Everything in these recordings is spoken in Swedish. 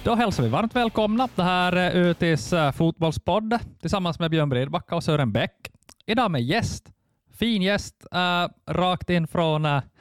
Då hälsar vi varmt välkomna. Det här är ÖTs fotbollspodd tillsammans med Björn Bredbacka och Sören Bäck. Idag med gäst. Fin gäst. Rakt in från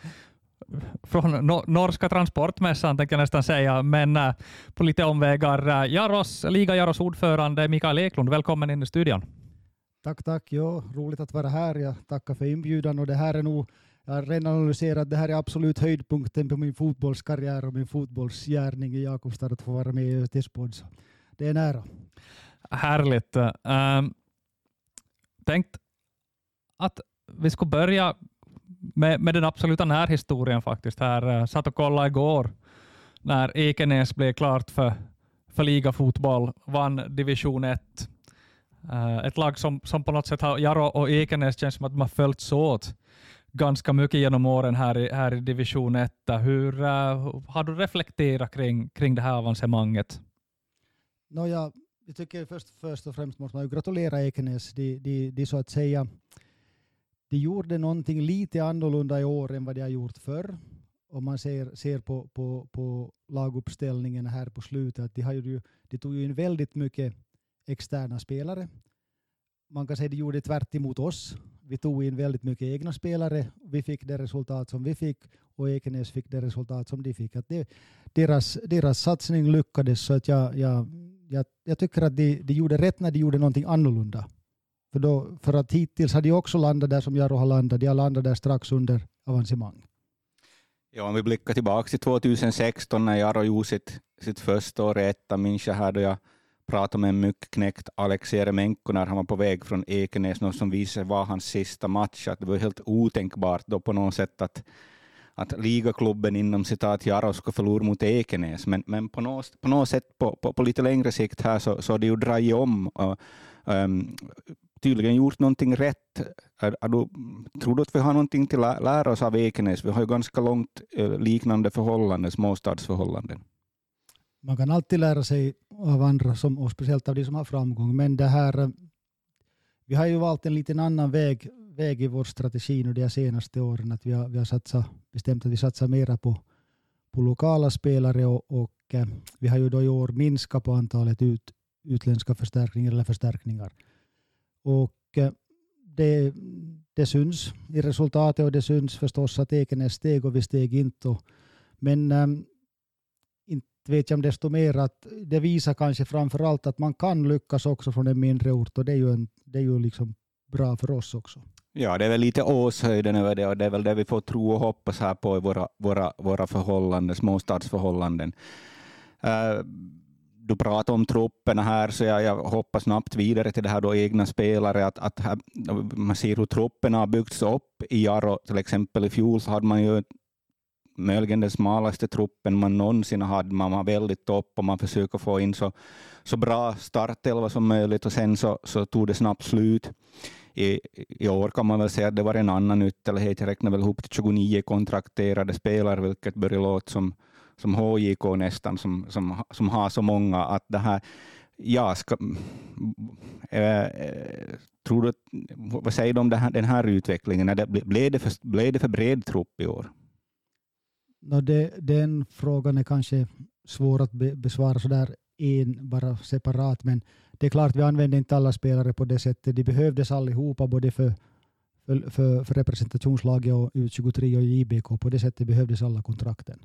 norska transportmässan, tänker jag nästan säga. Men på lite omvägar. Liga Jaros ordförande Mikael Eklund. Välkommen in i studion. Tack. Ja, roligt att vara här. Jag tackar för inbjudan. Och det här är nog, jag har redan analyserat att det här är absolut höjdpunkten på min fotbollskarriär och min fotbollsgärning i Jakobstad att få vara med i ÖTs podd. Det är nära. Härligt. Tänkt att vi ska börja med den absoluta närhistorien faktiskt. Här satt och kollade igår när Ekenäs blev klart för ligafotboll, vann division 1. Ett lag som på något sätt har Jaro och Ekenäs känns som att de har följts åt ganska mycket genom åren här i division 1. Hur har du reflekterat kring det här avancemanget? Jag tycker först och främst måste man gratulera Ekenäs. De så att säga, de gjorde någonting lite annorlunda i år än vad de har gjort förr. Om man ser på laguppställningen här på slutet, att de tog ju in väldigt mycket externa spelare. Man kan säga att de gjorde tvärt emot oss. Vi tog in väldigt mycket egna spelare. Vi fick det resultat som vi fick och Ekenäs fick det resultat som de fick. Att deras satsning lyckades, så att jag tycker att de gjorde rätt när de gjorde någonting annorlunda. För att hittills hade de också landat där som Jaro har landat. De har landat där strax under avancemang. Ja, om vi blickar tillbaka till 2016 när Jaro gjorde sitt första år i ettan, minns jag här då jag pratade med en mycket knäckt Alex Jeremenko när han var på väg från Ekenäs, något som visade var hans sista match. Att det var helt otänkbart då på något sätt att ligaklubben inom citat Jaro ska förlora mot Ekenäs. Men på något sätt på lite längre sikt här så har det ju dragit om och tydligen gjort någonting rätt. Tror du att vi har någonting till att lära oss av Ekenäs? Vi har ju ganska långt liknande förhållanden, småstadsförhållanden. Man kan alltid lära sig av andra, och speciellt av de som har framgång. Men det här, vi har ju valt en liten annan väg i vår strategi nu de senaste åren. Att vi har bestämt att vi satsar mera på lokala spelare och vi har ju då i år minskat på antalet utländska förstärkningar. Och det syns i resultatet och det syns förstås att Ekenäs steg och vi steg inte. Men vet jag om desto mer att det visar kanske framförallt att man kan lyckas också från en mindre ort, och det är ju liksom bra för oss också. Ja, det är väl lite åshöjden över det och det är väl det vi får tro och hoppas här på i våra förhållanden, småstadsförhållanden. Du pratar om trupperna här, så jag hoppas snabbt vidare till det här då egna spelare. Att man ser hur trupperna har byggts upp i Jaro. Till exempel i fjol så hade man ju möjligen den smalaste truppen man någonsin hade. Man var väldigt upp och man försöker få in så bra startelva som möjligt och sen så tog det snabbt slut. I år kan man väl säga att det var en annan ytterlighet. Jag räknar väl ihop till 29 kontrakterade spelare, vilket börjar låta som HJK nästan, som har så många att det här, tror du, vad säger du om den här utvecklingen? Blev det för bred trupp i år? Den frågan är kanske svår att besvara sådär bara separat, men det är klart vi använder inte alla spelare på det sättet. De behövdes allihopa, både för representationslaget och U23 och JBK. På det sättet behövdes alla kontrakten.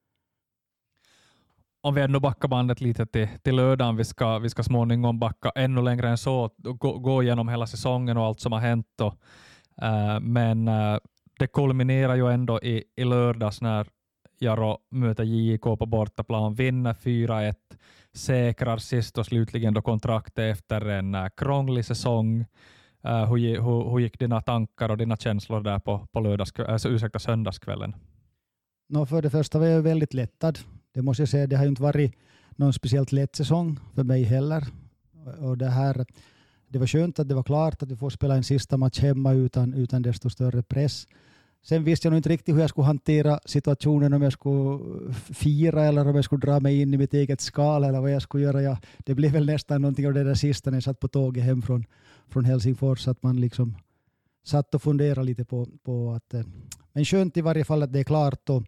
Om vi ändå backar bandet lite till lördagen, vi ska småningom backa ännu längre än så, gå igenom hela säsongen och allt som har hänt. Men det kulminerar ju ändå i lördags när Jaro möter JIK på bortaplan, vinner 4-1, säkrar sist och slutligen då kontraktet efter en krånglig säsong. Hur gick dina tankar och dina känslor där på söndagskvällen? För det första var jag väldigt lättad. Det måste jag säga, det har ju inte varit någon speciellt lätt säsong för mig heller. Och det var skönt att det var klart att vi får spela en sista match hemma utan desto större press. Sen visste jag nog inte riktigt hur jag skulle hantera situationen, om jag skulle fira eller om jag skulle dra mig in i mitt eget skal eller vad jag skulle göra. Det blev väl nästan någonting av det där sista när jag satt på tåget hem från Helsingfors, att man liksom satt och funderade lite på att... Men skönt i varje fall att det är klart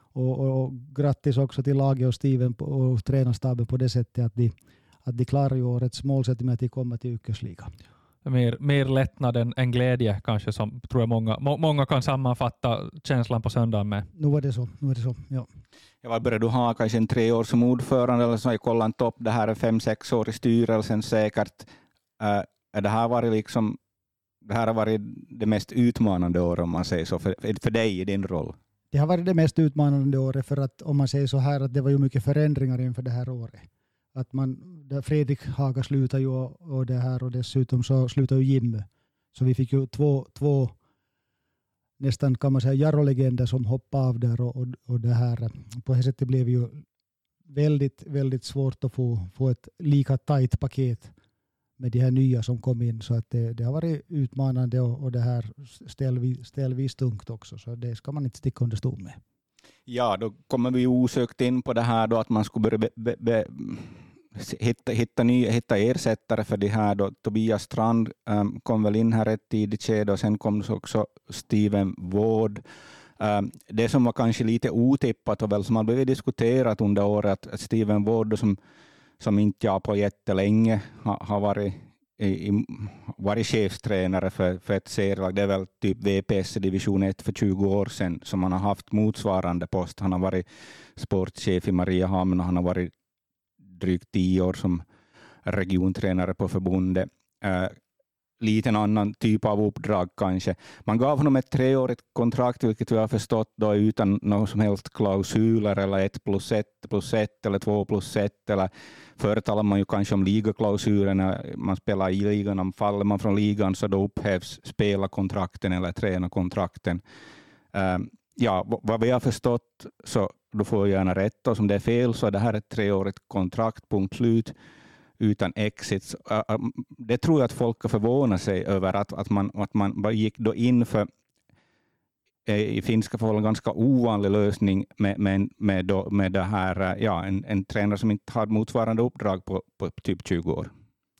Och grattis också till laget och Steven och tränarstaben på det sättet att de klarar ju årets målsättning med att de kommer till yrkesliga. Mer lättnad än glädje kanske, som tror jag många kan sammanfatta känslan på söndagen med. Nu var det så, ja. Vad börjar du ha? Kanske en 3 år som ordförande eller så? Jag kollar en topp. Det här är 5-6 år i styrelsen säkert. Det här har varit det mest utmanande året, om man säger så, för dig i din roll? Det har varit det mest utmanande året, för att om man säger så här att det var ju mycket förändringar inför det här året. Att Fredrik Haga slutar ju och det här, och dessutom så slutar ju Jimmy. Så vi fick ju två nästan, kan man säga, Jarro-legender som hoppade av där, och det här. På det sättet blev ju väldigt, väldigt svårt att få ett lika tajt paket med de här nya som kom in. Så att det har varit utmanande och det här ställvis tungt också. Så det ska man inte sticka under stol med. Ja, då kommer vi osökt in på det här då, att man skulle börja hitta ersättare för det här då. Tobias Strand kom väl in här rätt tidigt skede, och sen kom också Steven Ward. Det som var kanske lite otippat och väl som har blivit diskuterat under året, att Steven Ward som inte jag på jättelänge har varit chefstränare för ett serielag. Det är väl typ VPS division 1 för 20 år sedan som han har haft motsvarande post. Han har varit sportchef i Mariehamn och han har varit drygt 10 år som regiontränare på förbundet. Lite en annan typ av uppdrag kanske. Man gav honom ett 3-årigt kontrakt, vilket vi har förstått då, utan någon som helst klausuler eller 1+1+1 eller 2+1. Eller förr talade man ju kanske om ligaklausulerna. Man spelar i ligan, faller man från ligan så då upphävs spelarkontrakten eller tränarkontrakten. Vad vi har förstått, så då får jag gärna rätta oss om det är fel, så det här är ett 3-årigt kontrakt, punkt slut, utan exits. Det tror jag att folk har förvånat sig över, att man gick då in för i finska förhållanden ganska ovanlig lösning med det här, en tränare som inte hade motsvarande uppdrag på typ 20 år.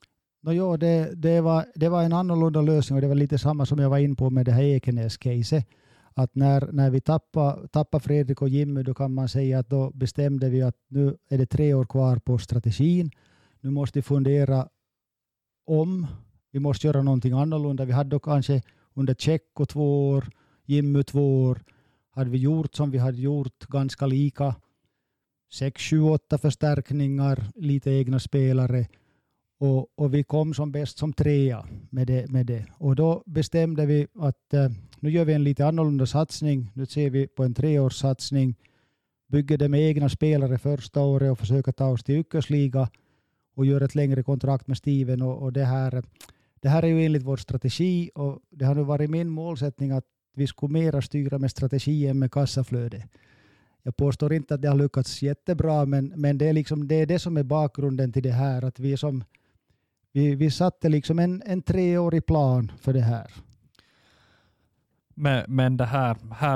Det var en annorlunda lösning, och det var lite samma som jag var in på med det här Ekenäs-caset. Att när vi tappar Fredrik och Jimmy, då kan man säga att då bestämde vi att nu är det 3 år kvar på strategin. Nu måste vi fundera om vi måste göra någonting annorlunda. Vi hade då kanske under Tjecko 2 år, Jimmy 2 år, hade vi gjort som vi hade gjort ganska lika. 6, 7, 8 förstärkningar, lite egna spelare. Och vi kom som bäst som 3 med det. Och då bestämde vi att nu gör vi en lite annorlunda satsning. Nu ser vi på en 3-årssatsning. Bygger det med egna spelare första året och försöker ta oss till yrkesliga och gör ett längre kontrakt med Steven. Och det här är ju enligt vår strategi, och det har nu varit min målsättning att vi skulle mera styra med strategi än med kassaflöde. Jag påstår inte att det har lyckats jättebra, men det är det som är bakgrunden till det här, att vi satte liksom en 3-årig plan för det här. Men det här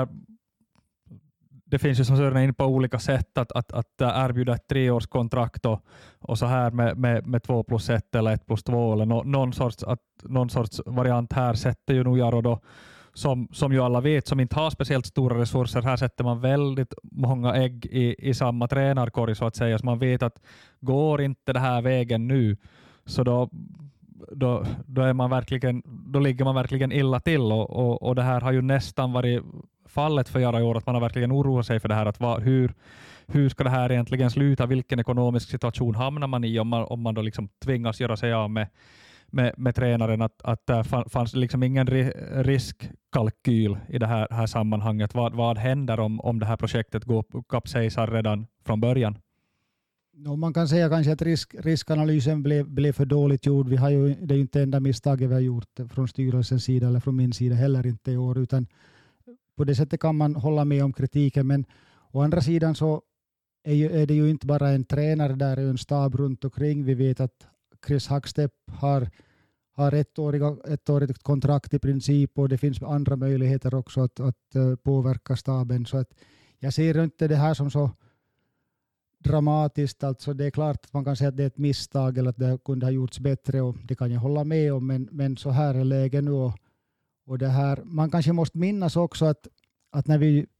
det finns ju som Sören är inne på olika sätt att erbjuda ett 3-årskontrakt och så här med 2+1 eller 1+2 eller någon sorts variant. Här sätter ju nog Jarro då, som ju alla vet, som inte har speciellt stora resurser. Här sätter man väldigt många ägg i samma tränarkorg, så att säga. Så man vet att går inte det här vägen nu, så då är man verkligen, då ligger man verkligen illa till, och det här har ju nästan varit fallet för Jarro i år, att man har verkligen oroat sig för det här, att hur ska det här egentligen sluta, vilken ekonomisk situation hamnar man i om man då liksom tvingas göra sig av med tränaren, att det fanns liksom ingen riskkalkyl i det här sammanhanget. Vad händer om det här projektet går kapsejsar redan från början? Man kan säga kanske att riskanalysen blev för dåligt gjord. Det är ju inte enda misstaget vi har gjort från styrelsens sida eller från min sida heller inte i år, utan på det sättet kan man hålla med om kritiken. Men å andra sidan så är det ju inte bara en tränare, där är en stab runt omkring. Vi vet att Chris Hackstepp har ettårigt kontrakt i princip, och det finns andra möjligheter också att påverka staben. Så att jag ser inte det här som så dramatiskt. Alltså det är klart att man kan säga att det är ett misstag eller att det kunde ha gjorts bättre, och det kan jag hålla med om, men så här är läget nu. Och det här, man kanske måste minnas också att när vi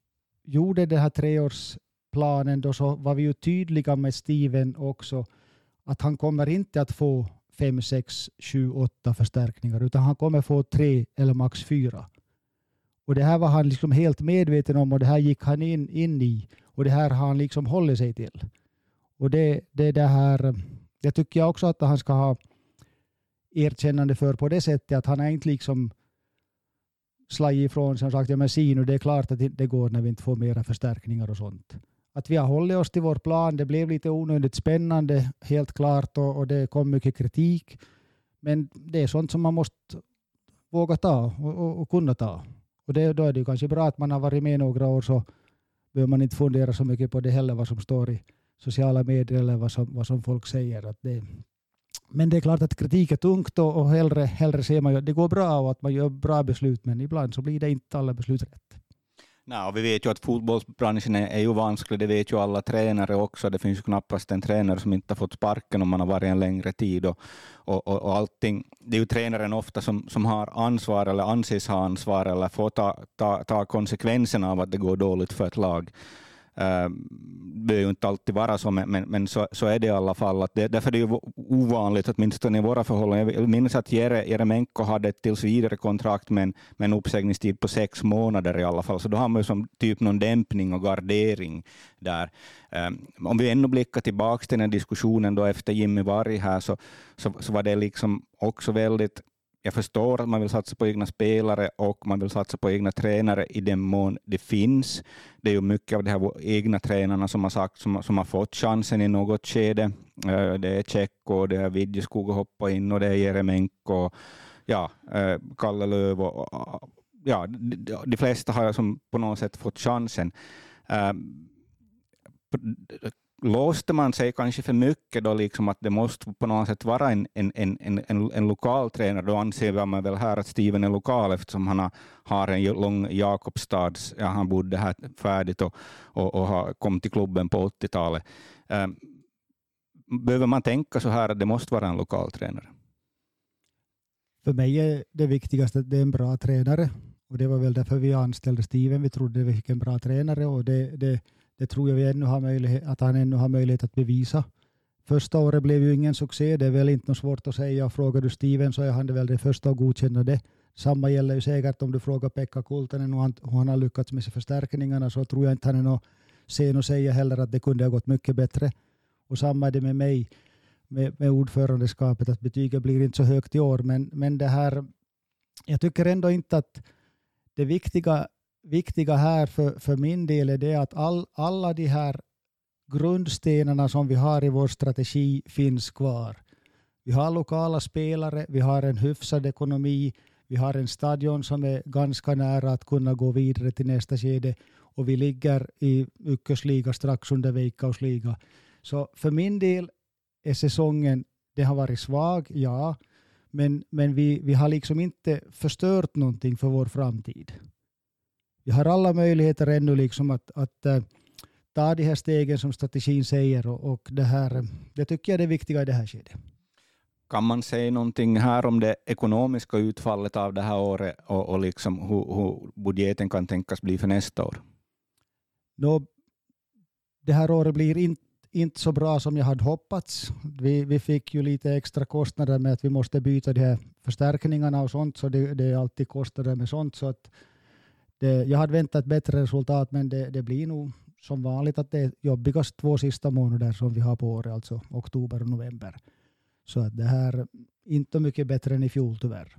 gjorde den här 3-årsplanen då så var vi ju tydliga med Steven också att han kommer inte att få 5, 6, 7, 8 förstärkningar utan han kommer få 3 eller max 4. Och det här var han liksom helt medveten om och det här gick han in i och det här har han liksom hållit sig till. Och det här, jag tycker också att han ska ha erkännande för på det sättet att han är inte liksom slagit ifrån sig och sagt ja men nu det är klart att det går när vi inte får mera förstärkningar och sånt. Att vi har hållit oss till vår plan, det blev lite onödigt spännande helt klart och det kom mycket kritik. Men det är sånt som man måste våga ta och kunna ta. Och då är det ju kanske bra att man har varit med några år så behöver man inte fundera så mycket på det heller vad som står i sociala medier eller vad som folk säger. Att men det är klart att kritik är tungt och hellre ser man ju att det går bra och att man gör bra beslut men ibland så blir det inte alla beslut rätt. Nej, och vi vet ju att fotbollsbranschen är ju vansklig, det vet ju alla tränare också. Det finns ju knappast en tränare som inte har fått sparken om man har varit en längre tid och allting. Det är ju tränaren ofta som har ansvar eller anses ha ansvar eller får ta konsekvenserna av att det går dåligt för ett lag. Det behöver ju inte alltid vara så, men så är det i alla fall. Att därför är det ju ovanligt, åtminstone i våra förhållanden. Jag minns att Jeremenko hade ett tills vidare kontrakt med en uppsägningstid på 6 månader i alla fall. Så då har man ju som typ någon dämpning och gardering där. Om vi ännu blickar tillbaka till den diskussionen då efter Jimmy Varg här så var det liksom också väldigt. Jag förstår att man vill satsa på egna spelare och man vill satsa på egna tränare i den mån det finns. Det är ju mycket av de här egna tränarna som har sagt som har fått chansen i något skede. Det är Tjecko, det är Vidjeskog att hoppa in och det är Jeremenko, Kalle Löv och de flesta har som på något sätt fått chansen. Låste man sig kanske för mycket då liksom att det måste på något sätt vara en lokal tränare, då anser man väl här att Steven är lokal eftersom han har en lång Jakobstads, han bodde här färdigt och har kommit till klubben på 80-talet. Behöver man tänka så här att det måste vara en lokal tränare? För mig är det viktigaste att det är en bra tränare och det var väl därför vi anställde Steven. Vi trodde vi fick en bra tränare och det tror jag vi ännu har möjlighet, att han ännu har möjlighet att bevisa. Första året blev ju ingen succé. Det är väl inte något svårt att säga. Frågar du Steven så är han det väl det första att godkänna det. Samma gäller ju säkert om du frågar Pekka Kultanen hur han har lyckats med sig förstärkningarna så tror jag inte han är något sen att säga heller att det kunde ha gått mycket bättre. Och samma är det med mig med ordförandeskapet att betyget blir inte så högt i år. Men det här, jag tycker ändå inte att det viktiga här för min del är det att alla de här grundstenarna som vi har i vår strategi finns kvar. Vi har lokala spelare, vi har en hyfsad ekonomi, vi har en stadion som är ganska nära att kunna gå vidare till nästa skede och vi ligger i yrkesliga strax under Veikkausliga. Så för min del är säsongen, det har varit svag, ja, men vi har liksom inte förstört någonting för vår framtid. Vi har alla möjligheter ännu liksom att ta de här stegen som strategin säger och det tycker jag är det viktiga i det här skedet. Kan man säga någonting här om det ekonomiska utfallet av det här året och liksom hur budgeten kan tänkas bli för nästa år? Det här året blir inte så bra som jag hade hoppats. Vi fick ju lite extra kostnader med att vi måste byta de här förstärkningarna och sånt så det är alltid kostnader med sånt så att jag hade väntat bättre resultat men det blir nog som vanligt att det är jobbigast 2 sista månader som vi har på året, alltså oktober och november. Så att det här är inte mycket bättre än i fjol tyvärr.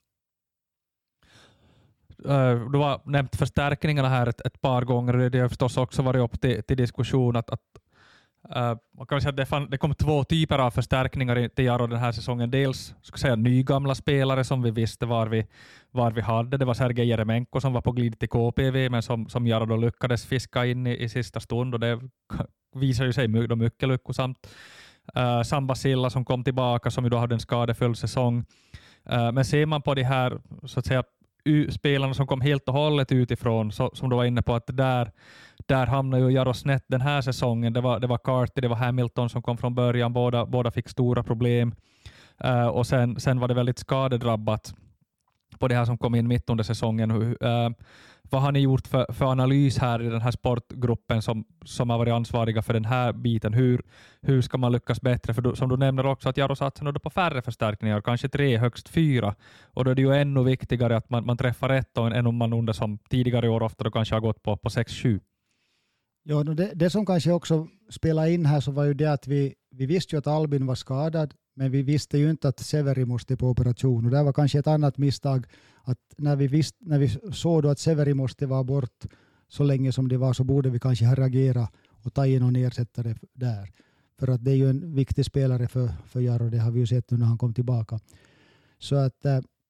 Du har nämnt förstärkningarna här ett par gånger. Det har förstås också varit upp till diskussion att man kan säga att det kom 2 typer av förstärkningar till Jaro den här säsongen. Dels nygamla spelare som vi visste var vi hade. Det var Sergej Jeremenko som var på glid till KPV men som Jaro då lyckades fiska in i sista stund och det visar ju sig mycket lyckosamt. Samba Silla som kom tillbaka som ju då hade en skadefull säsong. Men ser man på de här så att säga spelarna som kom helt och hållet utifrån som du var inne på att där hamnade ju Jaro snett den här säsongen. Det var Carty, det var Hamilton som kom från början. Båda fick stora problem. Och sen var det väldigt skadedrabbat. på det här som kom in mitt under säsongen. Vad har ni gjort för analys här i den här sportgruppen som har varit ansvariga för den här biten? Hur ska man lyckas bättre? För som du nämner också att Jaro satsar på färre förstärkningar, kanske 3, högst 4. Och då är det ju ännu viktigare att man träffar rätt än om man under som tidigare år ofta då kanske har gått på 6-7. Ja, det som kanske också spelar in här så var ju det att vi visste ju att Albin var skadad, men vi visste ju inte att Severi måste på operation. Och det var kanske ett annat misstag att när vi såg då att Severi måste vara bort så länge som det var, så borde vi kanske ha reagerat och ta in någon ersättare där. För att det är ju en viktig spelare för Jaro, det har vi ju sett när han kom tillbaka. Så att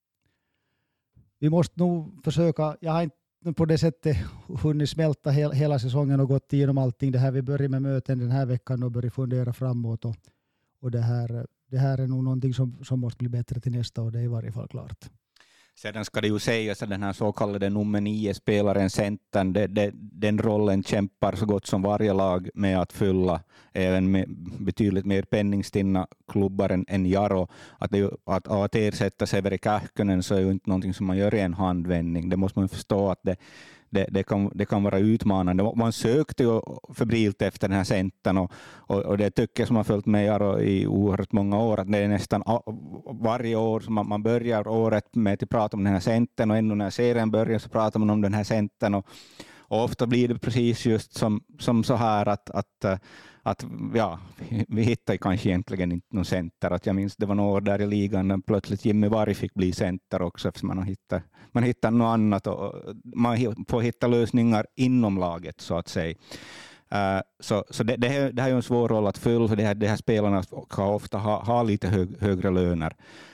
vi måste nog försöka, jag har inte på det sättet hunnit smälta hela säsongen och gått igenom allting. Det här vi börjar med möten den här veckan och börjar fundera framåt. Och det här är nog någonting som måste bli bättre till nästa år. Det är i varje fall klart. Sedan ska det ju sägas att den här så kallade nummer 9-spelaren, centern, den rollen kämpar så gott som varje lag med att fylla, även med betydligt mer penningstinna klubbar än Jaro. Att ersätta Severi Kähkönen så är ju inte någonting som man gör i en handvändning. Det måste man förstå att det kan vara utmanande. Man sökte ju febrilt efter den här centern och det tycker jag som har följt med Jaro i oerhört många år, att det är nästan varje år som man börjar året med att prata om den här centern, och ännu när serien börjar så pratar man om den här centern och ofta blir det precis just som så här att vi hittar kanske egentligen inte någon center. Att jag minns det var några år där i ligan när plötsligt Jimmy Varg fick bli center också, eftersom man hittar något annat och man får hitta lösningar inom laget så att säga. Så det här är ju en svår roll att fylla, för de här spelarna kan ofta ha lite högre löner.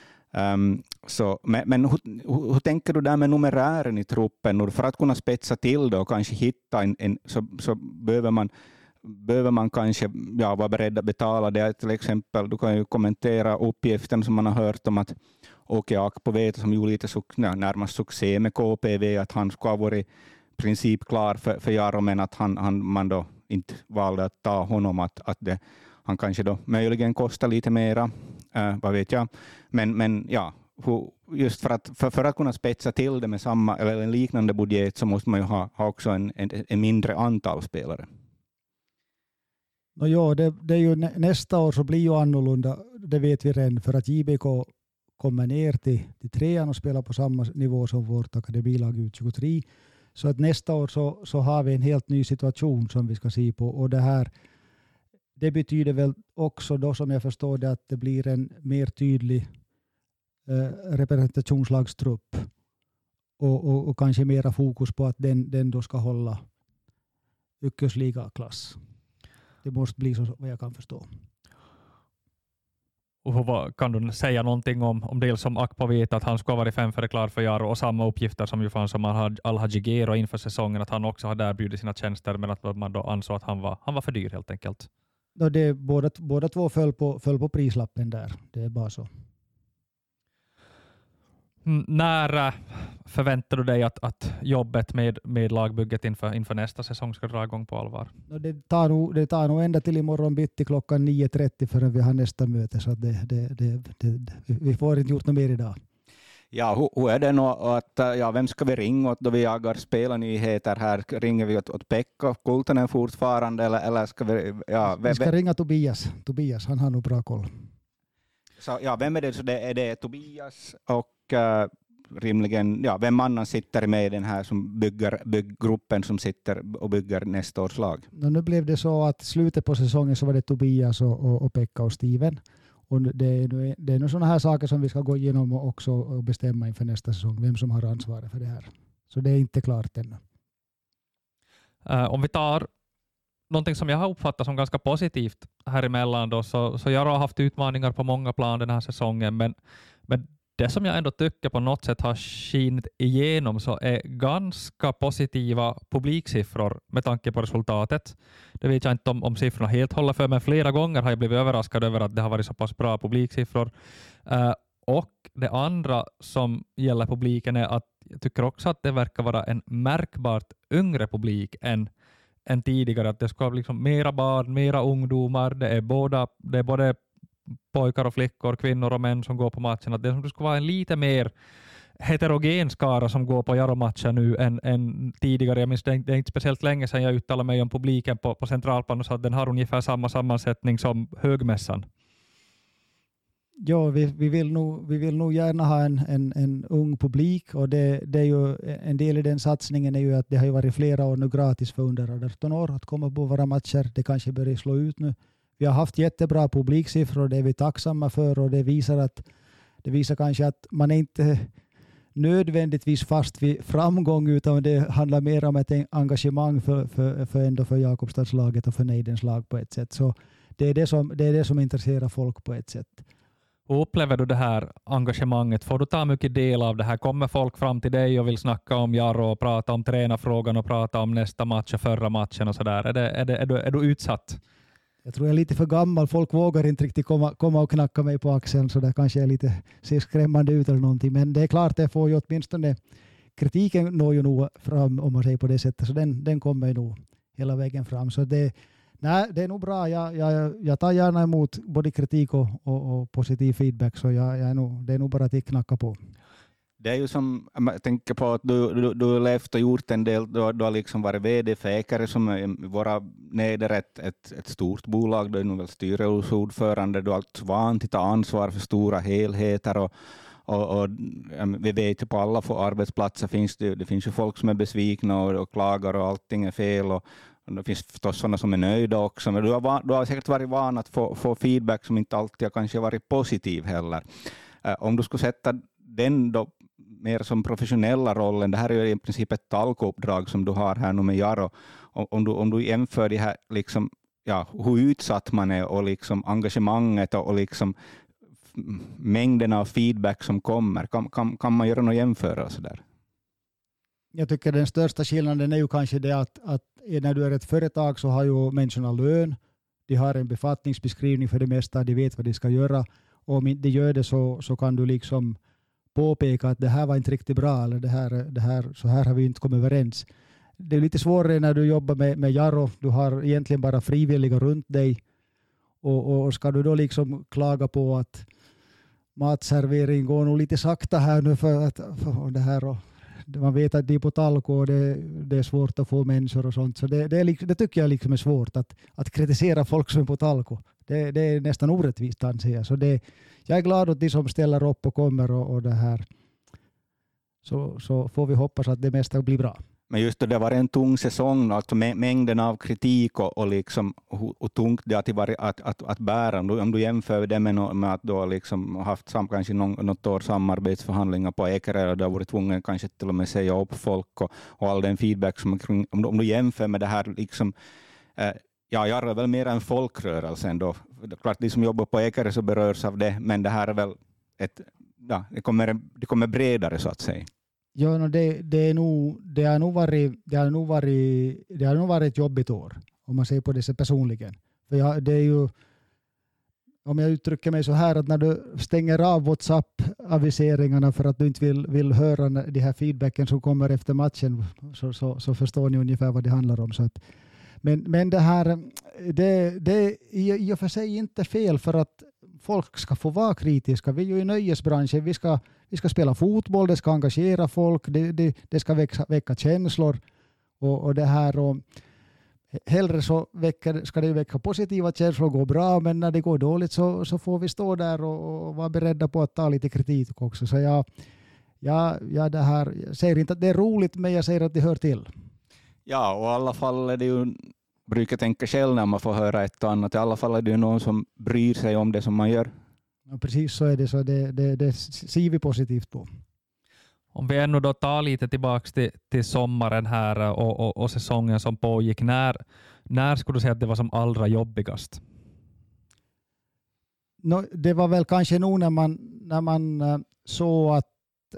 Men hur tänker du där med numerären i truppen? För att kunna spetsa till det och kanske hitta så behöver man kanske vara beredd att betala det. Till exempel, du kan ju kommentera uppgiften som man har hört om att Åke Akpovete, som ju lite närmast succé med KPV, att han ska ha varit i princip klar för Jaro, men att man då inte valde att ta honom, att han kanske då möjligen kostar lite mera, vad vet jag. Men ja, just för att kunna spetsa till det med samma eller en liknande budget så måste man ju ha också en mindre antal spelare. Ja, det är ju nästa år så blir ju annorlunda, det vet vi redan, för att JBK kommer ner till 3:an och spelar på samma nivå som vårt akademilag U23. Så att nästa år så har vi en helt ny situation som vi ska se på, och det betyder väl också då, som jag förstår det, att det blir en mer tydlig representationslagstrupp och kanske mera fokus på att den då ska hålla yrkesligaklass. Det måste bli så, vad jag kan förstå. Och kan du säga någonting om dels som Akpovete, att han ska vara 5 för klar för Jaro, och samma uppgifter som ju fanns som Al-Haji Gero inför säsongen, att han också hade erbjudit sina tjänster, men att man då ansåg att han var för dyr helt enkelt. Ja, båda två föll på prislappen där. Det är bara så. När förväntar du dig att jobbet med lagbygget inför nästa säsong ska dra igång på allvar? Det tar nog ända till imorgon bitti klockan 9:30 förrän vi har nästa möte, så vi får inte gjort något mer idag. Ja, hur är det nu att vem ska vi ringa åt då vi jagar spelarnyheter här? Ringer vi åt Pekka Kultanen fortfarande eller ska vi... Vi ska ringa Tobias. Tobias, han har nog bra koll. Så vem är det? Så är det Tobias och rimligen, vem annan sitter med i den här som gruppen som sitter och bygger nästa års lag? Nu blev det så att slutet på säsongen så var det Tobias och Pekka och Steven. Och det är nog sådana här saker som vi ska gå igenom också och bestämma inför nästa säsong, vem som har ansvaret för det här. Så det är inte klart ännu. Om vi tar någonting som jag har uppfattat som ganska positivt här emellan då, så jag har haft utmaningar på många plan den här säsongen, men det som jag ändå tycker på något sätt har skinit igenom så är ganska positiva publiksiffror med tanke på resultatet. Det vet jag inte om siffrorna helt håller för, men flera gånger har jag blivit överraskad över att det har varit så pass bra publiksiffror. Och det andra som gäller publiken är att jag tycker också att det verkar vara en märkbart yngre publik än tidigare. Att det ska vara liksom mera barn, mera ungdomar. Det är både pojkar och flickor, kvinnor och män som går på matchen. Att det ska vara en lite mer heterogen skara som går på Jaro-matcher nu än tidigare. Jag minns det är inte speciellt länge sedan jag uttalade mig om publiken på Centralplan och sa att den har ungefär samma sammansättning som högmässan. Ja, vi vill nog gärna ha en ung publik, och det är ju en del i den satsningen är ju att det har ju varit flera år nu gratis för under 18 år att komma på våra matcher. Det kanske börjar slå ut nu. Vi har haft jättebra publiksiffror, det är vi tacksamma för, och det visar kanske att man är inte nödvändigtvis fast vid framgång, utan det handlar mer om ett engagemang för Jakobstadslaget och för Neidens lag på ett sätt. Så det är det som intresserar folk på ett sätt. Och upplever du det här engagemanget? Får du ta mycket del av det här? Kommer folk fram till dig och vill snacka om Jaro och prata om tränarfrågan och prata om nästa match och förra matchen och sådär? Är du utsatt? Jag tror jag är lite för gammal. Folk vågar inte riktigt komma och knacka mig på axeln, så det kanske är lite ser skrämmande ut eller någonting. Men det är klart, det får ju åtminstone kritiken når ju nog fram, om man säger på det sättet. Så den kommer ju nog hela vägen fram. Så det är nog bra. Jag tar gärna emot både kritik och positiv feedback. Så det är nog bara att knacka på. Det är ju som, jag tänker på att du har levt och gjort en del, du har liksom varit vd för Ekare som våra neder ett stort bolag, du är nog väl styrelseordförande, du är alltså van att ta ansvar för stora helheter och vi vet ju på alla arbetsplatser det finns ju folk som är besvikna och klagar och allting är fel, och det finns förstås sådana som är nöjda också, men du har säkert varit van att få feedback som inte alltid har kanske varit positiv heller. Om du skulle sätta den då mer som professionella rollen, det här är ju i princip ett talkouppdrag som du har här nu med Jaro. Om du jämför det här, liksom, ja, hur utsatt man är och liksom engagemanget och liksom mängden av feedback som kommer, kan man göra någon jämförelse där? Jag tycker den största skillnaden är ju kanske det att när du är ett företag så har ju människorna lön, de har en befattningsbeskrivning för det mesta, de vet vad de ska göra, och om de gör det så kan du liksom påpeka att det här var inte riktigt bra, eller det här så här har vi inte kommit överens. Det är lite svårare när du jobbar med Jaro. Du har egentligen bara frivilliga runt dig, och ska du då liksom klaga på att matservering går nog lite sakta här nu för det här, och man vet att det är på talko och det är svårt att få människor och sånt, så det tycker jag liksom är svårt att kritisera folk som är på talko. Det är nästan orättvist, anser jag. Så jag är glad att de som ställer upp och kommer och det här. Så får vi hoppas att det mesta blir bra. Men just det var en tung säsong, alltså mängden av kritik och liksom hur tungt det har varit att bära. Om du jämför det med att du har liksom haft kanske något år samarbetsförhandlingar på Ekare och du har varit tvungen kanske till och med säga upp folk och all den feedback som om du jämför med det här liksom, jag är väl mer en folkrörelse ändå. Klart de som jobbar på Ekare så berörs av det, men det här är väl det kommer bredare så att säga. Ja, det har nog varit ett jobbigt år, om man ser på det så personligen. För det är ju, om jag uttrycker mig så här, att när du stänger av WhatsApp-aviseringarna för att du inte vill höra de här feedbacken som kommer efter matchen, så förstår ni ungefär vad det handlar om. Så att, men det här, det är i och för sig inte fel, för att folk ska få vara kritiska. Vi är ju i nöjesbranschen. Vi ska spela fotboll, det ska engagera folk, det ska väcka känslor och det här. Och hellre så ska det väcka positiva känslor och gå bra, men när det går dåligt så får vi stå där och vara beredda på att ta lite kritik också. Så jag det här, jag säger inte att det är roligt, men jag säger att det hör till. Ja, och i alla fall är det ju, brukar tänka själv när man får höra ett och annat. I alla fall är det ju någon som bryr sig om det som man gör. Ja, precis så är det. Så det ser vi positivt på. Om vi ännu då tar lite tillbaka till sommaren här och säsongen som pågick. När skulle du säga att det var som allra jobbigast? Det var väl kanske nog när man såg att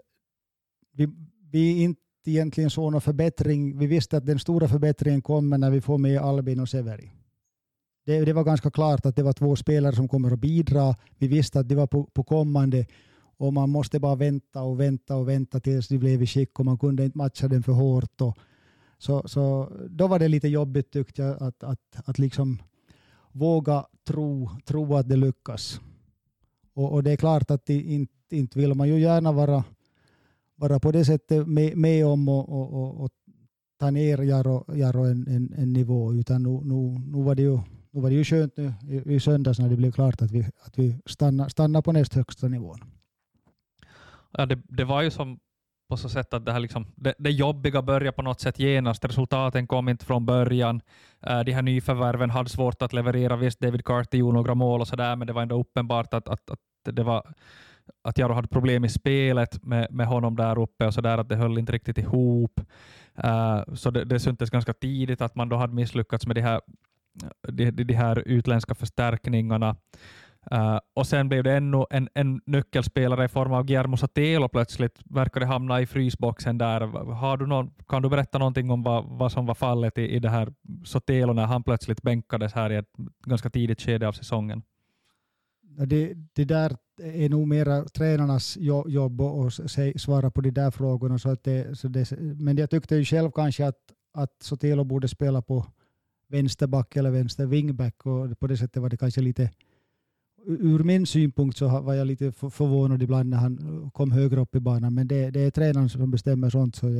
vi inte egentligen såg någon förbättring. Vi visste att den stora förbättringen kommer när vi får med Albin och Severi. Det var ganska klart att det var 2 spelare som kommer att bidra. Vi visste att det var på kommande, och man måste bara vänta tills det blev i skick, och man kunde inte matcha den för hårt. Så då var det lite jobbigt, tyckte jag, att liksom våga tro att det lyckas. Och det är klart att inte vill man ju gärna vara på det sättet med om och ta ner Jaro en nivå, utan nu var det ju skönt nu i söndags när det blev klart att vi stannar på näst högsta nivån. Ja, det var ju som på så sätt att det här liksom, det jobbiga börjar på något sätt genast. Resultaten kom inte från början. De här nyförvärven hade svårt att leverera. Visst, David Carty gjorde några mål och sådär, men det var ändå uppenbart att Jaro hade problem i spelet med honom där uppe och sådär, att det höll inte riktigt ihop. Så det syntes ganska tidigt att man då hade misslyckats med de här utländska förstärkningarna. Och sen blev det ännu en nyckelspelare i form av Guillermo Sotelo plötsligt verkade hamna i frysboxen där. Kan du berätta någonting om vad som var fallet i det här Sotelo när han plötsligt bänkades här i ett ganska tidigt skede av säsongen? Det där är nog mera tränarnas jobb att svara på de där frågorna. Men jag tyckte ju själv kanske att Sotelo borde spela på vänsterback eller vänster wingback, och på det sättet var det kanske lite, ur min synpunkt så var jag lite förvånad ibland när han kom högre upp i banan, men det är tränaren som bestämmer sånt, så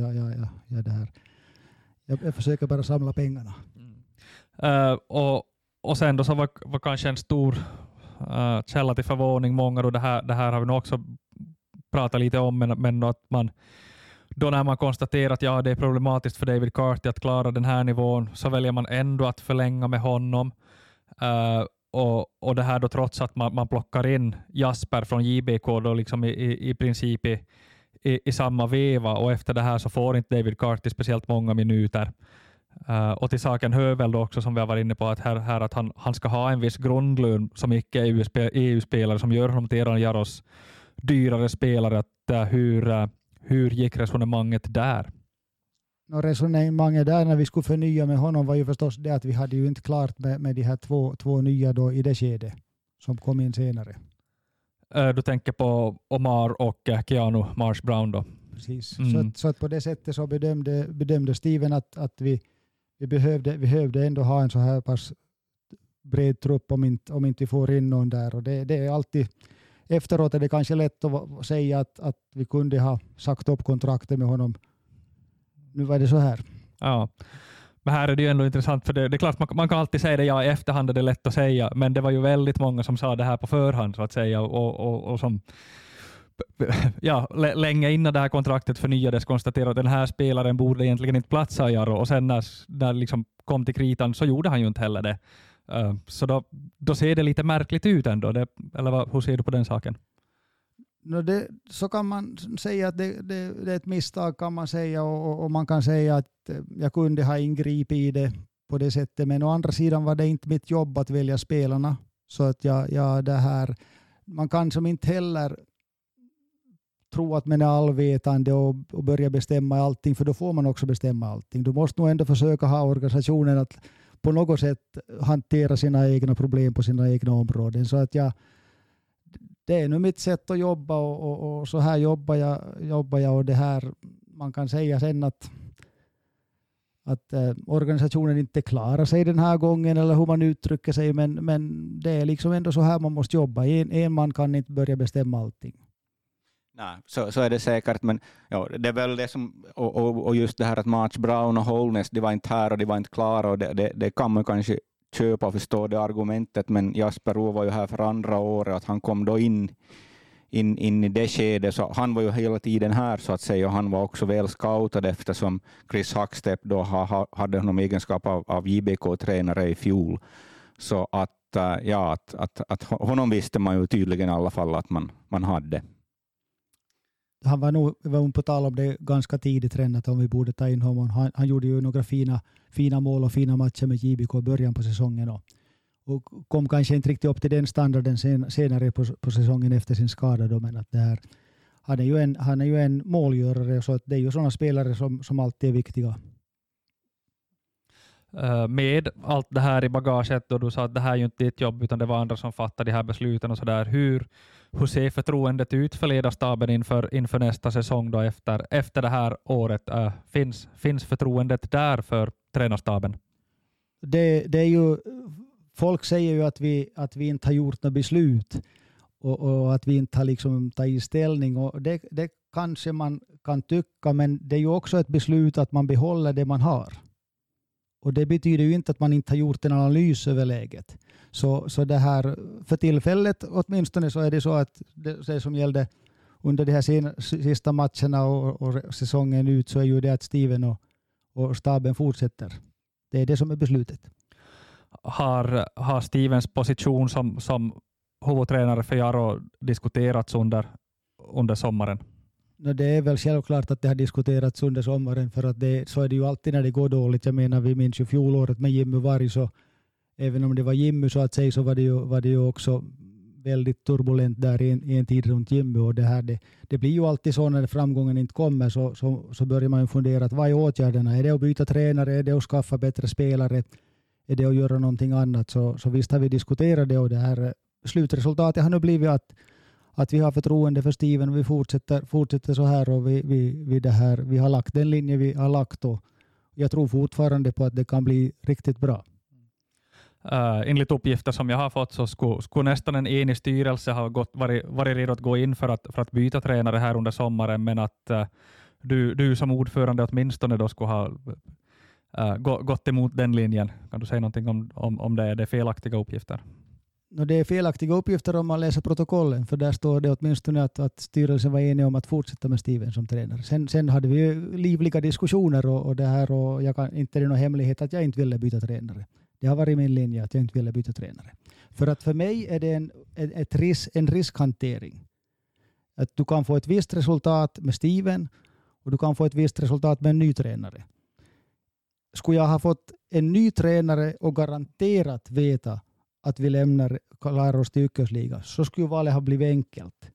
jag försöker bara samla pengarna. Och sen då så var kanske en stor källa till förvåning många, och det här har vi nog också pratat lite om, men att man då när man konstaterar att det är problematiskt för David Carty att klara den här nivån, så väljer man ändå att förlänga med honom. Och det här då trots att man plockar in Jasper från JBK då liksom i princip i samma veva, och efter det här så får inte David Carty speciellt många minuter. Och till saken hör väl då också, som vi har varit inne på, att här att han ska ha en viss grundlön som icke är EU-spelare, som gör honom till Jaros dyrare spelare. Att hur gick resonemanget där? Resonemanget där när vi skulle förnya med honom var ju förstås det att vi hade ju inte klart med de här två nya då i det skedet som kom in senare. Du tänker på Omar och Keanu Marsh Brown då? Precis. Så att på det sättet så bedömde Steven att vi behövde ändå ha en så här pass bred trupp om inte vi får in någon där. Och det är alltid, efteråt är det kanske lätt att säga att vi kunde ha sagt upp kontraktet med honom. Nu var det så här. Ja. Men här är det ju ändå intressant, för det är klart man kan alltid säga det i efterhand, är det lätt att säga, men det var ju väldigt många som sa det här på förhand så att säga, och som länge innan det här kontraktet förnyades konstaterade att den här spelaren borde egentligen inte platsa i Jaro, och sen när liksom kom till kritan så gjorde han ju inte heller det. Så då ser det lite märkligt ut ändå, hur ser du på den saken? Så kan man säga att det är ett misstag, kan man säga, och man kan säga att jag kunde ha ingripit i det på det sättet, men å andra sidan var det inte mitt jobb att välja spelarna, så att det här, man kan som inte heller tro att man är allvetande och börja bestämma allting, för då får man också bestämma allting. Du måste nog ändå försöka ha organisationen att på något sätt hantera sina egna problem på sina egna områden, så att det är nu mitt sätt att jobba, och så här jobbar jag, och det här, man kan säga sen att organisationen inte klarar sig den här gången, eller hur man uttrycker sig, men det är liksom ändå så här man måste jobba. En man kan inte börja bestämma allting. Nej, så är det säkert, men det är väl det som, och just det här att Marsh Brown och Holness, de var inte här och de var inte klara, och det kan man kanske köpa och förstå det argumentet, men Jasper Roux var ju här för andra året, att han kom då in i det skedet, så han var ju hela tiden här så att säga, och han var också väl scoutad eftersom Chris Hackstepp då hade honom egenskap av JBK-tränare i fjol, så att honom visste man ju tydligen i alla fall att man hade. Han var nog på tal om det ganska tidigt redan, att om vi borde ta in honom. Han gjorde ju några fina mål och fina matcher med JBK i början på säsongen, och kom kanske inte riktigt upp till den standarden senare på säsongen efter sin skada då, men att det här, han är ju en målgörare, så att det är ju sådana spelare som alltid är viktiga. Med allt det här i bagaget, och du sa att det här är ju inte ditt jobb utan det var andra som fattade de här besluten och sådär. Hur ser förtroendet ut för ledarstaben inför nästa säsong då efter det här året? Finns förtroendet där för tränarstaben? Det är ju, folk säger ju att vi inte har gjort något beslut och att vi inte har liksom tagit ställning, och det kanske man kan tycka, men det är ju också ett beslut att man behåller det man har. Och det betyder ju inte att man inte har gjort en analys över läget. Så det här, för tillfället åtminstone så är det så att det som gällde under de här sista matcherna och säsongen ut, så är ju det att Steven och staben fortsätter. Det är det som är beslutet. Har Stevens position som huvudtränare för Jaro diskuterats under sommaren? Det är väl självklart att det har diskuterats under sommaren, för att så är det ju alltid när det går dåligt. Jag menar, vi minns ju fjolåret med Jimmy Varg, så även om det var Jimmy så att säga, så var det ju också väldigt turbulent där i en tid runt Jimmy. Och det blir ju alltid så när framgången inte kommer, så börjar man ju fundera att vad är åtgärderna? Är det att byta tränare? Är det att skaffa bättre spelare? Är det att göra någonting annat? Så visst har vi diskuterat det, och det här slutresultatet har nu blivit att vi har förtroende för Steven och vi fortsätter så här, och vi har lagt den linje vi har lagt, och jag tror fortfarande på att det kan bli riktigt bra. Enligt uppgifter som jag har fått så skulle nästan en enig styrelse ha varit redo att gå in för att byta tränare här under sommaren, men att du som ordförande åtminstone då skulle ha gått emot den linjen. Kan du säga någonting om det? Det är felaktiga uppgifter? Det är felaktiga uppgifter om man läser protokollen, för där står det åtminstone att styrelsen var enig om att fortsätta med Steven som tränare. Sen hade vi ju livliga diskussioner och det här, och inte är det någon hemlighet att jag inte ville byta tränare. Det har varit min linje att jag inte ville byta tränare. För att för mig är det en riskhantering. Att du kan få ett visst resultat med Steven och du kan få ett visst resultat med en ny tränare. Skulle jag ha fått en ny tränare och garanterat veta att vi klarar oss till yrkesliga, så skulle valet ha blivit enkelt.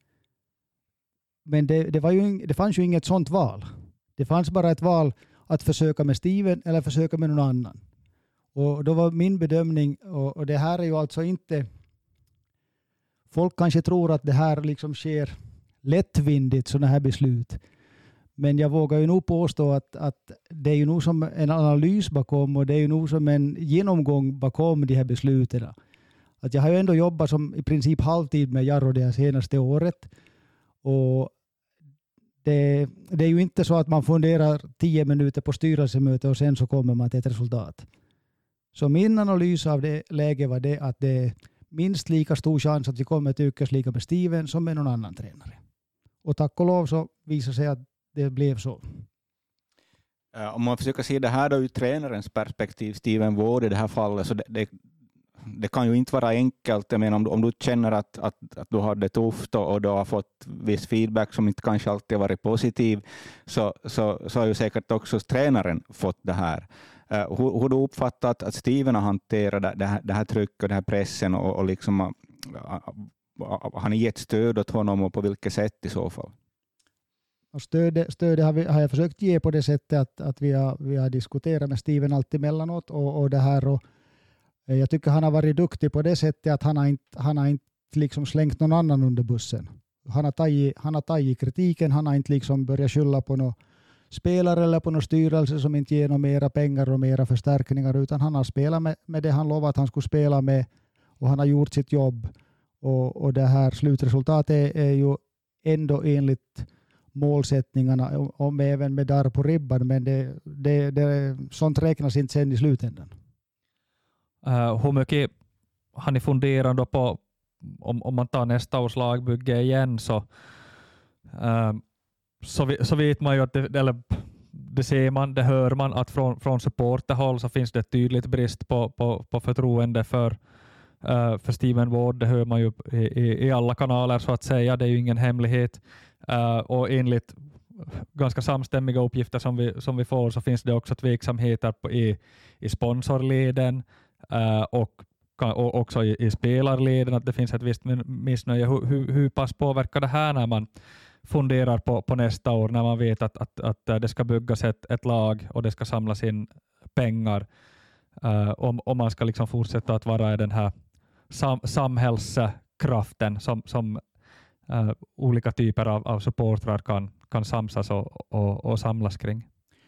Men det fanns ju inget sånt val. Det fanns bara ett val att försöka med Steven eller försöka med någon annan. Och då var min bedömning, och det här är ju alltså inte, folk kanske tror att det här liksom sker lättvindigt, sådana här beslut. Men jag vågar ju nog påstå att det är ju nog som en analys bakom, och det är ju nog som en genomgång bakom de här besluten. Att jag har ju ändå jobbat som i princip halvtid med Jaro det här senaste året, och det är ju inte så att man funderar 10 minuter på styrelsemöte och sen så kommer man till ett resultat. Så min analys av det läget var det att det är minst lika stor chans att vi kommer till yrkesliga med Steven som med någon annan tränare. Och tack och lov så visar sig att det blev så. Om man försöker se det här då ur tränarens perspektiv, Steven Ward i det här fallet, så det kan ju inte vara enkelt. Jag menar, om du känner att du har det tufft och du har fått viss feedback som inte kanske alltid har varit positiv, så har ju säkert också tränaren fått det här. Hur du uppfattat att Steven har hanterat det här trycket och den här pressen, och liksom, har ni gett stöd åt honom, och på vilket sätt i så fall? Och stödet har jag försökt ge på det sättet att vi har diskuterat med Steven alltid emellanåt, och det här, och jag tycker han har varit duktig på det sättet att han har inte liksom slängt någon annan under bussen. Han har tagit kritiken, han har inte liksom börjat skylla på någon spelare eller på någon styrelse som inte ger mera pengar och mera förstärkningar, utan han har spelat med det han lovade att han skulle spela med, och han har gjort sitt jobb, och det här slutresultatet är ju ändå enligt målsättningarna, om även med där på ribban, men det sånt räknas inte sen i slutändan. Hur mycket har ni funderat då på, om man tar nästa års lagbygge igen, så vet man ju att det ser man, det hör man, att från supporterhåll så finns det tydligt brist på förtroende för Steven Ward. Det hör man ju i alla kanaler så att säga, det är ju ingen hemlighet. Och enligt ganska samstämmiga uppgifter som vi får, så finns det också tveksamheter i sponsorleden och också i spelarleden, att det finns ett visst missnöje. Hur pass påverkar det här när man funderar på nästa år, när man vet att det ska byggas ett lag och det ska samlas in pengar, om man ska liksom fortsätta att vara den här samhällskraften som olika typer av supportrar kan samsas och samlas kring?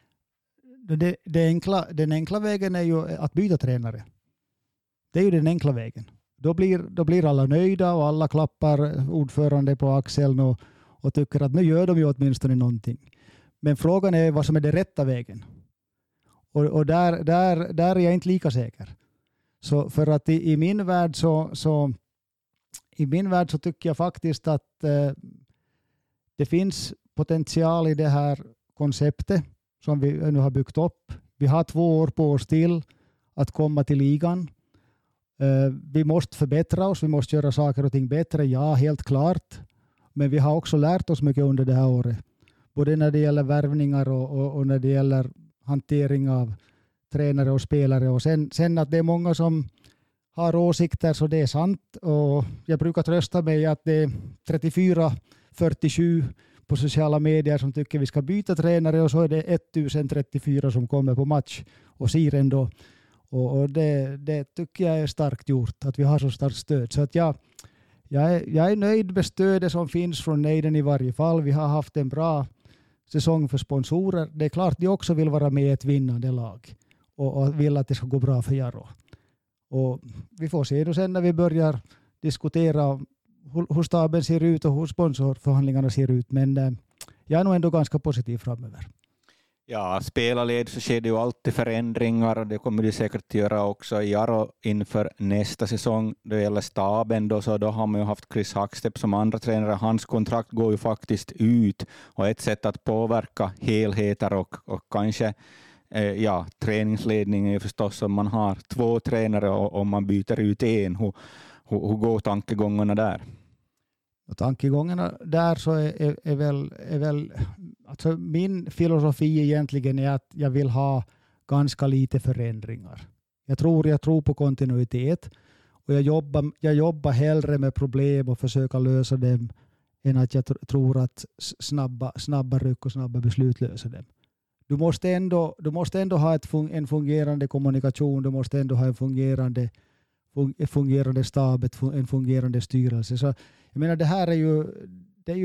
Den enkla vägen är ju att byta tränare. Det är ju den enkla vägen. Då blir alla nöjda och alla klappar ordförande på axeln, och och tycker att nu gör de ju åtminstone någonting. Men frågan är vad som är det rätta vägen. Och där är jag inte lika säker. Så för att i min värld så tycker jag faktiskt att det finns potential i det här konceptet som vi nu har byggt upp. Vi har 2 år på oss till att komma till ligan. Vi måste förbättra oss, vi måste göra saker och ting bättre, ja, helt klart. Men vi har också lärt oss mycket under det här året. Både när det gäller värvningar och när det gäller hantering av tränare och spelare. Och sen att det är många som har åsikter, så det är sant. Och jag brukar trösta mig att det är 34-47 på sociala medier som tycker vi ska byta tränare, och så är det 1034 som kommer på match och ser ändå. Och det tycker jag är starkt gjort, att vi har så starkt stöd. Så att jag är nöjd med stödet som finns från Neiden i varje fall. Vi har haft en bra säsong för sponsorer. Det är klart de också vill vara med i ett vinnande lag och vill att det ska gå bra för Jaro. Och vi får se då sen när vi börjar diskutera hur staben ser ut och hur sponsorförhandlingarna ser ut. Men jag är nog ändå ganska positiv framöver. Ja, spelarled så sker det ju alltid förändringar, och det kommer det säkert göra också i Jaro inför nästa säsong. Det gäller staben då, så då har man ju haft Chris Hackstepp som andra tränare. Hans kontrakt går ju faktiskt ut, och ett sätt att påverka helheter och kanske träningsledning är förstås om man har 2 tränare och om man byter ut en. Hur går tankegångarna där? Och tankegångarna där så är väl alltså min filosofi egentligen är att jag vill ha ganska lite förändringar. Jag tror på kontinuitet, och jag jobbar hellre med problem och försöka lösa dem än att jag tror att snabba ryck och snabba beslut löser dem. Du måste ändå ha en fungerande kommunikation, du måste ändå ha en fungerande stab, en fungerande styrelse. Så jag menar, det är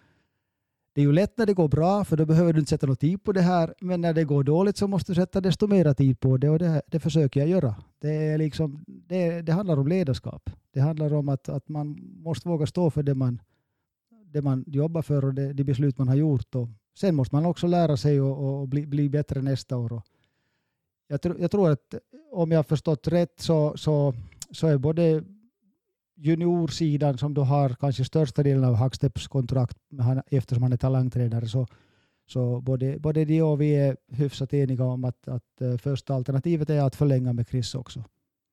ju lätt när det går bra, för då behöver du inte sätta något tid på det här, men när det går dåligt så måste du sätta desto mer tid på det, och det försöker jag göra. Det är liksom, det handlar om ledarskap. Det handlar om att man måste våga stå för det man jobbar för och det beslut man har gjort, och sen måste man också lära sig och bli bättre nästa år. Och jag tror att om jag har förstått rätt så är både juniorsidan, som då har kanske största delen av Hackstepps kontrakt eftersom han är talangtränare, så både de och vi är hyfsat eniga om att första alternativet är att förlänga med Chris också.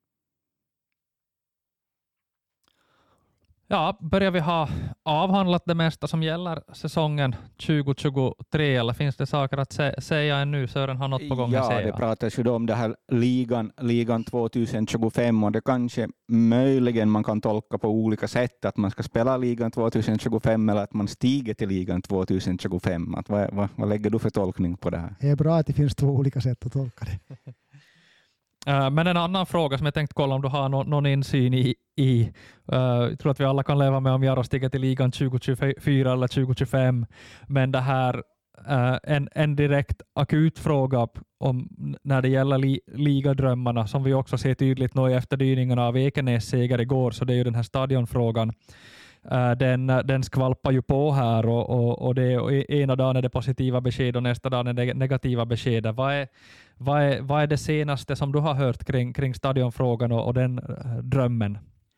Ja, börjar vi ha avhandlat det mesta som gäller säsongen 2023, eller finns det saker att säga ännu? Sören har något på gång att säga. Ja, det pratas ju då om det här ligan 2025, och det kanske möjligen man kan tolka på olika sätt, att man ska spela ligan 2025 eller att man stiger till ligan 2025. Vad lägger du för tolkning på det här? Det är bra att det finns 2 olika sätt att tolka det. Men en annan fråga som jag tänkte kolla om du har någon insyn i jag tror att vi alla kan leva med om Jaro stiger till ligan 2024 eller 2025, men det här en direkt akut fråga om när det gäller ligadrömmarna, som vi också ser tydligt nu efter dyningarna av Ekenäs seger igår, så det är ju den här stadionfrågan. Den skvalpar ju på här, och det ena dagen är det positiva besked och nästa dag är det negativa besked. Vad är det senaste som du har hört kring stadionfrågan och den drömmen?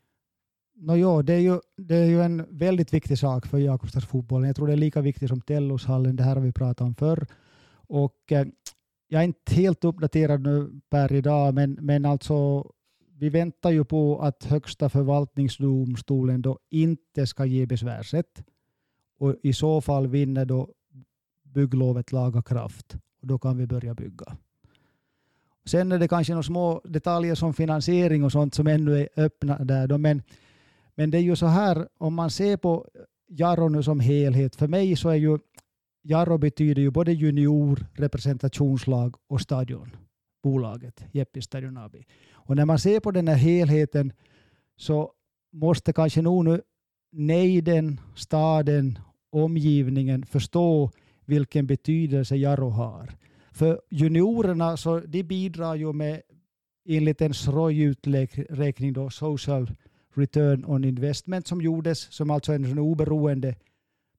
Det är ju en väldigt viktig sak för Jakobstadsfotbollen. Jag tror det är lika viktigt som Tellushallen. Det här har vi pratat om förr. Och jag är inte helt uppdaterad nu per idag, men alltså vi väntar ju på att högsta förvaltningsdomstolen då inte ska ge besvärsrätt. Och i så fall vinner då bygglovet laga kraft. Och då kan vi börja bygga. Sen är det kanske några små detaljer som finansiering och sånt som ännu är öppna där då. Men det är ju så här, om man ser på Jaro nu som helhet. För mig så är ju Jaro betyder ju både junior, representationslag och stadion. Bolaget, Jeppis Stadion AB. Och när man ser på den här helheten så måste kanske nog nu Neiden, staden, omgivningen förstå vilken betydelse Jaro har. För juniorerna så de bidrar ju med enligt en SROI-uträkning då, Social Return on Investment, som gjordes, som alltså är en oberoende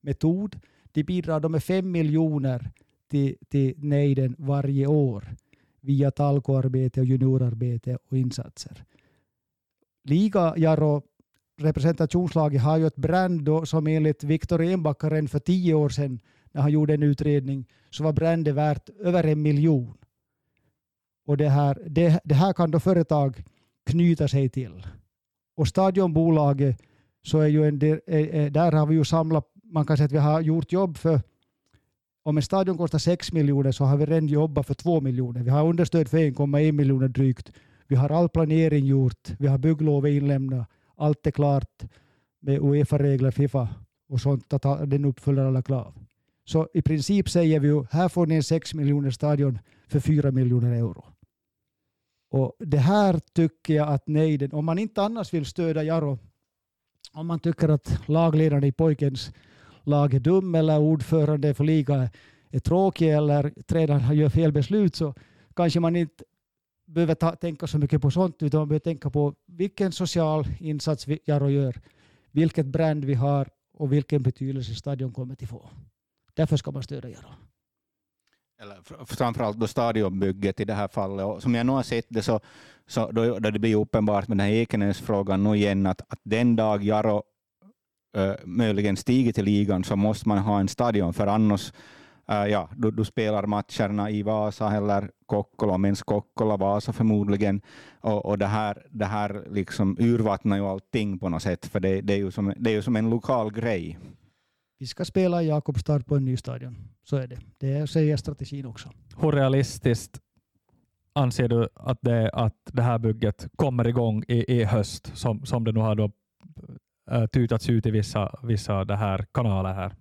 metod. De bidrar de med 5 miljoner till nejden varje år via talkoarbete och juniorarbete och insatser. Liga Jaro representationslaget har ju ett brand då, som enligt Viktor Enbackaren för 10 år sedan när han gjorde en utredning så var brandet värt över 1 miljon. Och det här kan då företag knyta sig till. Och stadionbolaget så är ju där har vi ju samlat, man kan säga att vi har gjort jobb för, om en stadion kostar 6 miljoner så har vi redan jobbat för 2 miljoner. Vi har understöd för 1,1 miljoner drygt. Vi har all planering gjort. Vi har bygglov inlämnat. Allt är klart med UEFA-regler, FIFA och sånt att den uppfyller alla krav. Så i princip säger vi ju, här får ni en 6 miljoner stadion för 4 miljoner euro. Och det här tycker jag att nejden, om man inte annars vill stödja Jaro, om man tycker att lagledaren i pojkens lag är dum eller ordförande för liga är tråkig eller tränaren gör fel beslut, så kanske man inte behöver tänka så mycket på sånt, utan man behöver tänka på vilken social insats vi Jaro gör, vilket brand vi har och vilken betydelse stadion kommer till få. Därför ska man stödja Jaro. Eller framförallt då stadionbygget i det här fallet. Och som jag nu har sett det så då det blir uppenbart med den här Ekenäs-frågan nu igen att den dag Jaro möjligen stiger till ligan så måste man ha en stadion, för annars du spelar matcherna i Vasa eller Kokkola, men Kokkola, Vasa förmodligen, och det här liksom urvattnar ju allting på något sätt, för det är ju som en lokal grej. Vi ska spela i Jakobstad på en ny stadion. Så är det. Det säger strategin också. Hur realistiskt anser du att det här bygget kommer igång i höst, som det nu har då tutats ut i vissa det här kanaler här?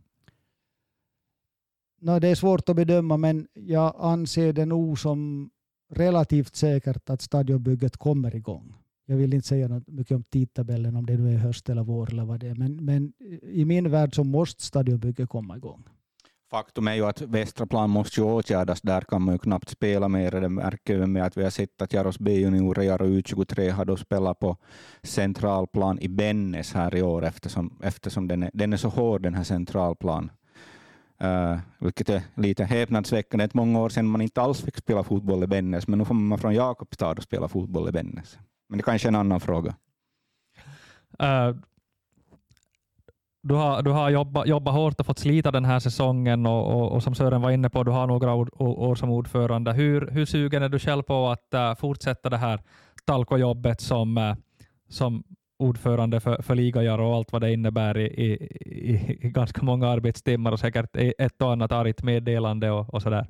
Det är svårt att bedöma, men jag anser det nog som relativt säkert att stadionbygget kommer igång. Jag vill inte säga något mycket om tidtabellen, om det nu är höst eller vår eller vad det är. Men i min värld så måste stadionbygget komma igång. Faktum är ju att västra plan måste ju åtgärdas. Där kan man ju knappt spela mer. Det märker vi med att vi har sett att Jaros B-juniorer, Jaro U23 har då spelat på centralplan i Bennes här i år, eftersom den är så hård, den här centralplan. Vilket är lite häpnadsväckande. Ett många år sedan man inte alls fick spela fotboll i Bennes, men nu får man från Jakobstad och spela fotboll i Bennes. Men det kanske är en annan fråga. Du har jobbat hårt och fått slita den här säsongen och som Sören var inne på, du har några år som ordförande. Hur sugen är du själv på att fortsätta det här talkojobbet som ordförande för Liga Jaro och allt vad det innebär i ganska många arbetstimmar och säkert ett och annat argt meddelande och sådär?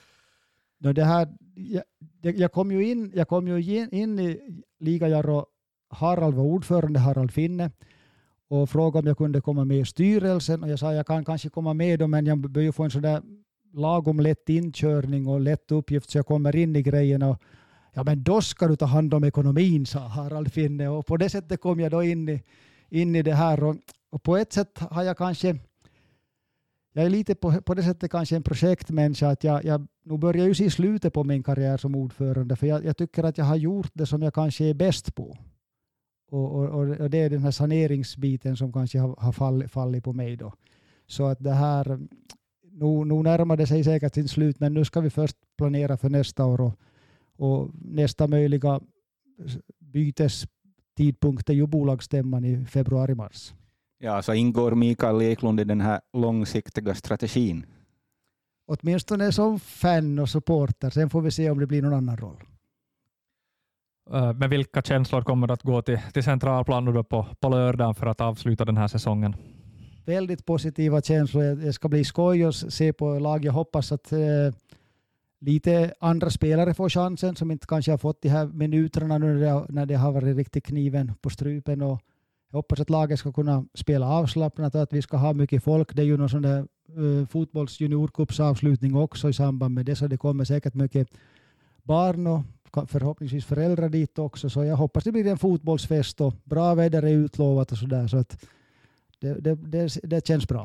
Jag kom ju in i Liga Jaro. Harald var ordförande, Harald Finne, och frågade om jag kunde komma med i styrelsen, och jag sa jag kan kanske komma med då, men jag bör ju få en sån där lagom lätt inkörning och lätt uppgift så jag kommer in i grejen. Och ja, men då ska du ta hand om ekonomin, sa Harald Finne, och på det sättet kom jag då in i det här, och på ett sätt har jag är lite på det sättet kanske en projektmänniska, att jag nu börjar ju se slutet på min karriär som ordförande, för jag tycker att jag har gjort det som jag kanske är bäst på. Och det är den här saneringsbiten som kanske har fallit på mig då. Så att det här, nu närmar det sig säkert sin slut, men nu ska vi först planera för nästa år, och nästa möjliga bytestidpunkt är ju bolagsstämman i februari-mars. Ja, så ingår Mikael Eklund i den här långsiktiga strategin? Åtminstone som fan och supporter. Sen får vi se om det blir någon annan roll. Men vilka känslor kommer att gå till centralplan då på lördagen för att avsluta den här säsongen? Väldigt positiva känslor. Det ska bli skoj att se på lag. Jag hoppas att lite andra spelare får chansen som inte kanske har fått de här minuterna nu när det har varit riktigt kniven på strupen. Och jag hoppas att laget ska kunna spela avslappnat och att vi ska ha mycket folk. Det är ju någon sån där fotbolls-juniorcupsavslutning också i samband med det, så det kommer säkert mycket barn och förhoppningsvis föräldrar dit också. Så jag hoppas det blir en fotbollsfest och bra väder är utlovat och sådär, så att det känns bra.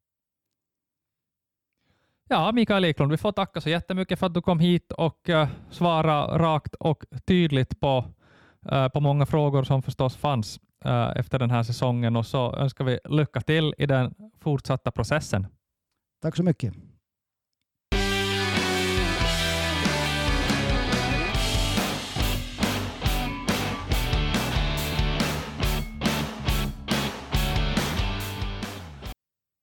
Ja, Mikael Eklund, vi får tacka så jättemycket för att du kom hit och svara rakt och tydligt på många frågor som förstås fanns. efter den här säsongen och så önskar vi lycka till i den fortsatta processen. Tack så mycket.